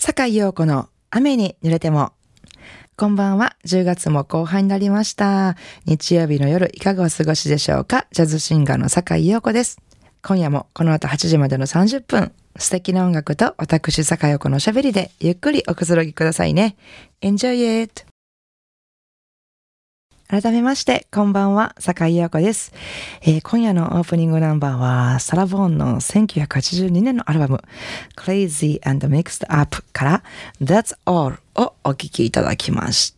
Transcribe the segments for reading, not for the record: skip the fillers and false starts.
坂井陽子の雨に濡れても。こんばんは。10月も後半になりました。日曜日の夜いかがお過ごしでしょうか。ジャズシンガーの坂井陽子です。今夜もこの後8時までの30分、素敵な音楽と私坂井陽子のおしゃべりでゆっくりおくつろぎくださいね。Enjoy it! 改めましてこんばんは、坂井陽子です。今夜のオープニングナンバーはサラ・ボーンの1982年のアルバム Crazy and Mixed Up から That's All をお聴きいただきました。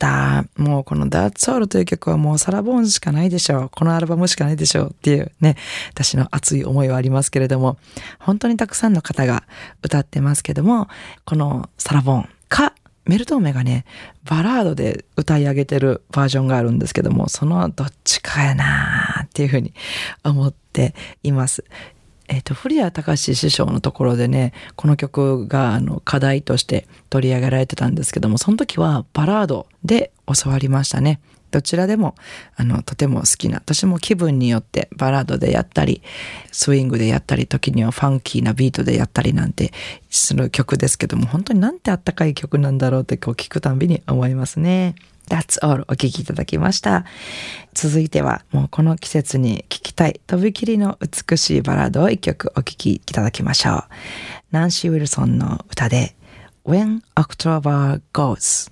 もうこの That's All という曲はもうサラ・ボーンしかないでしょう、このアルバムしかないでしょうっていうね、私の熱い思いはありますけれども、本当にたくさんの方が歌ってますけども、このサラ・ボーンかメルトーメがね、バラードで歌い上げてるバージョンがあるんですけども、そのどっちかやなっていうふうに思っています。古谷隆師匠のところでね、この曲が課題として取り上げられてたんですけども、その時はバラードで教わりましたね。どちらでもとても好きな、私も気分によってバラードでやったりスイングでやったり、時にはファンキーなビートでやったりなんてする曲ですけども、本当になんてあったかい曲なんだろうってこう聞くたんびに思いますね。That's All お聴きいただきました。続いてはもうこの季節に聴きたいとびきりの美しいバラードを一曲お聴きいただきましょう。ナンシー・ウィルソンの歌で When October Goes。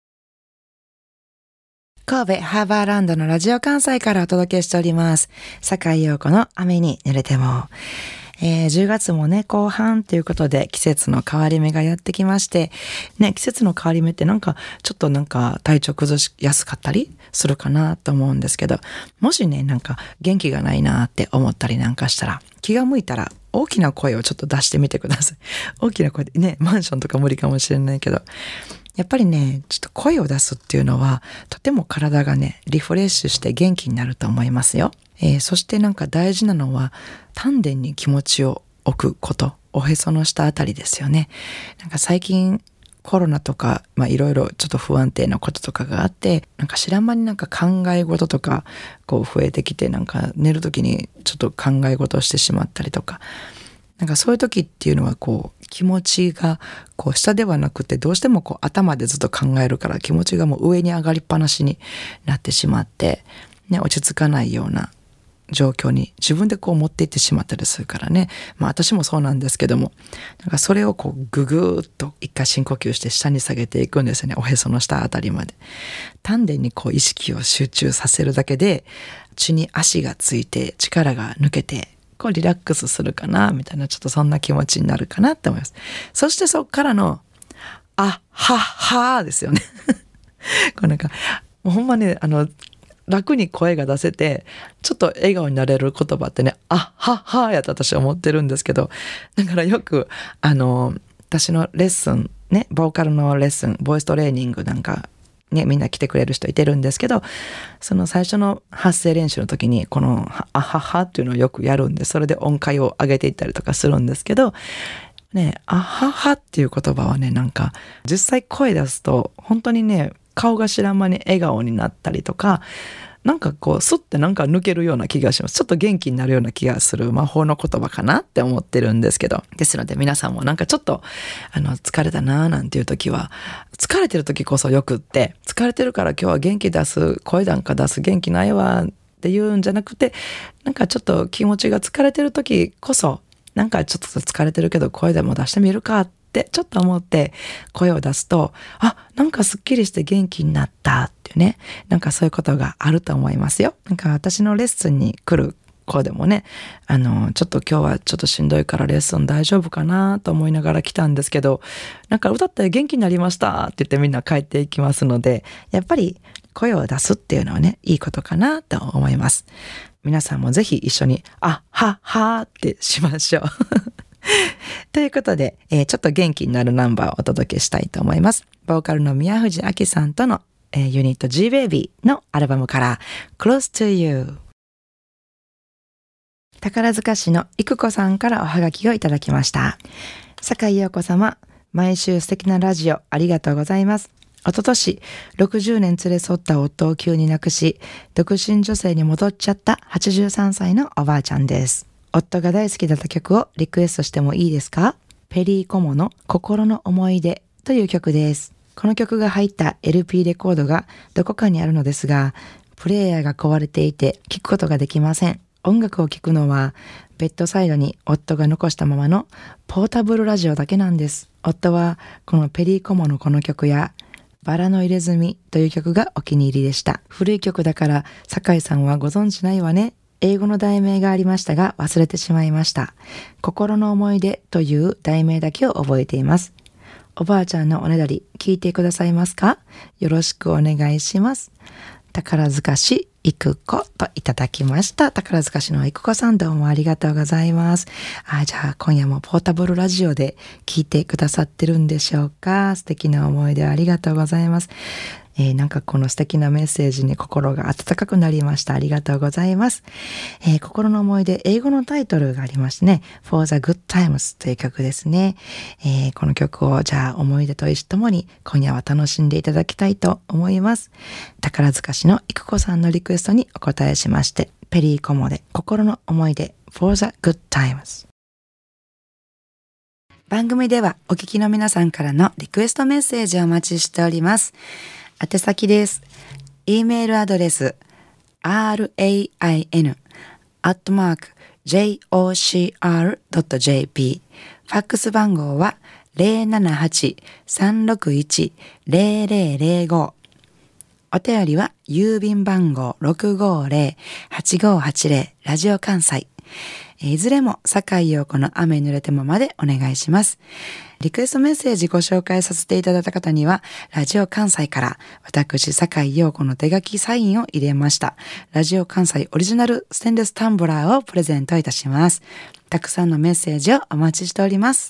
神戸ハーバーランドのラジオ関西からお届けしております。坂井陽子の雨に濡れても。10月もね、後半ということで季節の変わり目がやってきまして、ね、季節の変わり目ってちょっと体調崩しやすかったりするかなと思うんですけど、もしね、元気がないなって思ったりなんかしたら、気が向いたら大きな声をちょっと出してみてください。大きな声でね、マンションとか無理かもしれないけど、やっぱりね、ちょっと声を出すっていうのは、とても体がね、リフレッシュして元気になると思いますよ。そして大事なのは、丹田に気持ちを置くこと、おへその下あたりですよね。最近、コロナとか、いろいろちょっと不安定なこととかがあって、知らん間に考え事とか、こう増えてきて、寝るときにちょっと考え事をしてしまったりとか、そういう時っていうのは気持ちが下ではなくて、どうしても頭でずっと考えるから気持ちがもう上に上がりっぱなしになってしまって、ね、落ち着かないような状況に自分で持っていってしまったりするからね。私もそうなんですけども、それをググーっと一回深呼吸して下に下げていくんですよね。おへその下あたりまで。丹田に意識を集中させるだけで、血に足がついて力が抜けて、リラックスするかなみたいな、ちょっとそんな気持ちになるかなって思います。そしてそこからのあはっはーですよね。もうほんまね、楽に声が出せてちょっと笑顔になれる言葉ってね、あはっはーやと私は思ってるんですけど、だからよく私のレッスンね、ボーカルのレッスン、ボイストレーニングね、みんな来てくれる人いてるんですけど、その最初の発声練習の時にこのあははっていうのをよくやるんで、それで音階を上げていったりとかするんですけどね、あははっていう言葉はね、実際声出すと本当にね、顔が知らん間に笑顔になったりとか、スッて抜けるような気がします。ちょっと元気になるような気がする魔法の言葉かなって思ってるんですけど、ですので皆さんもちょっと疲れたなーなんていう時は、疲れてる時こそよくって、疲れてるから今日は元気出す、声出す、元気ないわっていうんじゃなくて、ちょっと気持ちが疲れてる時こそ、ちょっと疲れてるけど声でも出してみるかってちょっと思って声を出すと、すっきりして元気になったっていうね、そういうことがあると思いますよ。私のレッスンに来る子でもね、ちょっと今日はちょっとしんどいからレッスン大丈夫かなと思いながら来たんですけど、歌ったら元気になりましたって言ってみんな帰っていきますので、やっぱり声を出すっていうのはね、いいことかなと思います。皆さんもぜひ一緒にあははってしましょう。ということで、ちょっと元気になるナンバーをお届けしたいと思います。ボーカルの宮藤明さんとの、ユニット G-Baby のアルバムからClose to You。宝塚市のいくこさんからおはがきをいただきました。坂井陽子様、毎週素敵なラジオありがとうございます。一昨年60年連れ添った夫を急に亡くし、独身女性に戻っちゃった83歳のおばあちゃんです。夫が大好きだった曲をリクエストしてもいいですか？ペリーコモの心の思い出という曲です。この曲が入った LP レコードがどこかにあるのですが、プレイヤーが壊れていて聴くことができません。音楽を聴くのはベッドサイドに夫が残したままのポータブルラジオだけなんです。夫はこのペリーコモのこの曲やバラの入れ墨という曲がお気に入りでした。古い曲だから酒井さんはご存知ないわね。英語の題名がありましたが忘れてしまいました。心の思い出という題名だけを覚えています。おばあちゃんのおねだり聞いてくださいますか？よろしくお願いします。宝塚市いくこといただきました。宝塚市のいくこさん、どうもありがとうございます。じゃあ今夜もポータブルラジオで聞いてくださってるんでしょうか？素敵な思い出ありがとうございます。なんかこの素敵なメッセージに心が温かくなりました。ありがとうございます。心の思い出、英語のタイトルがありましてね、For the Good Times という曲ですね。この曲をじゃあ思い出とともに今夜は楽しんでいただきたいと思います。宝塚市のいくこさんのリクエストにお答えしまして、ペリーコモで心の思い出 For the Good Times。番組ではお聞きの皆さんからのリクエストメッセージをお待ちしております。宛先です。e メールアドレス rain@jocr.jp、 ファックス番号は 078-361-0005。 お便りは郵便番号 650-8580 ラジオ関西。いずれも酒井陽子の雨濡れてもまでお願いします。リクエストメッセージご紹介させていただいた方には、ラジオ関西から私酒井陽子の手書きサインを入れましたラジオ関西オリジナルステンレスタンブラーをプレゼントいたします。たくさんのメッセージをお待ちしております。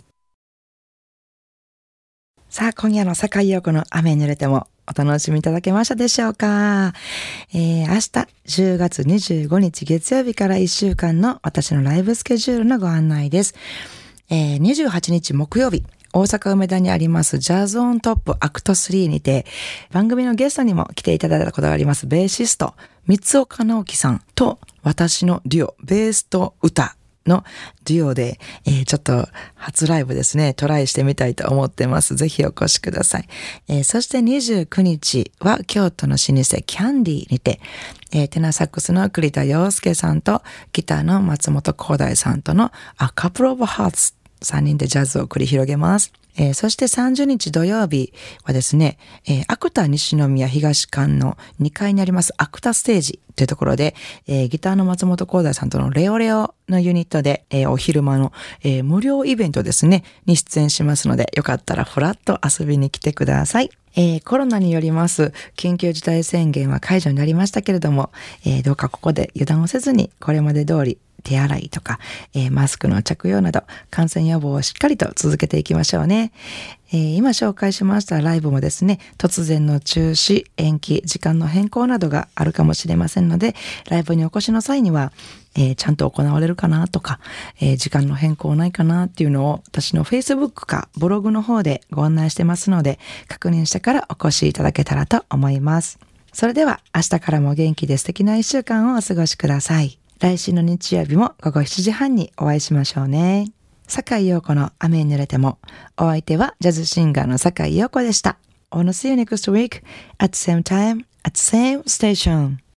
さあ、今夜の酒井陽子の雨濡れてもお楽しみいただけましたでしょうか？明日10月25日月曜日から1週間の私のライブスケジュールのご案内です。28日木曜日、大阪梅田にありますジャズオントップアクト3にて、番組のゲストにも来ていただいたことがありますベーシスト三岡直樹さんと私のデュオベースと歌のデュオで、ちょっと初ライブですね、トライしてみたいと思ってます。ぜひお越しください。そして29日は京都の老舗キャンディーにて、テナーサックスの栗田洋介さんとギターの松本光大さんとのA Couple of Hearts、3人でジャズを繰り広げます。そして30日土曜日はですね、アクタ西宮東館の2階にありますアクタステージというところで、ギターの松本光大さんとのレオレオのユニットで、お昼間の、無料イベントですねに出演しますので、よかったらフラッと遊びに来てください。コロナによります緊急事態宣言は解除になりましたけれども、どうかここで油断をせずにこれまで通り手洗いとか、マスクの着用など感染予防をしっかりと続けていきましょうね。今紹介しましたライブもですね、突然の中止、延期、時間の変更などがあるかもしれませんので、ライブにお越しの際には、ちゃんと行われるかなとか、時間の変更ないかなっていうのを私の Facebook かブログの方でご案内してますので、確認してからお越しいただけたらと思います。それでは明日からも元気で素敵な1週間をお過ごしください。来週の日曜日も午後7時半にお会いしましょうね。酒井陽子の雨に濡れても。お相手はジャズシンガーの酒井陽子でした。I wanna see you next week at the same time at the same station.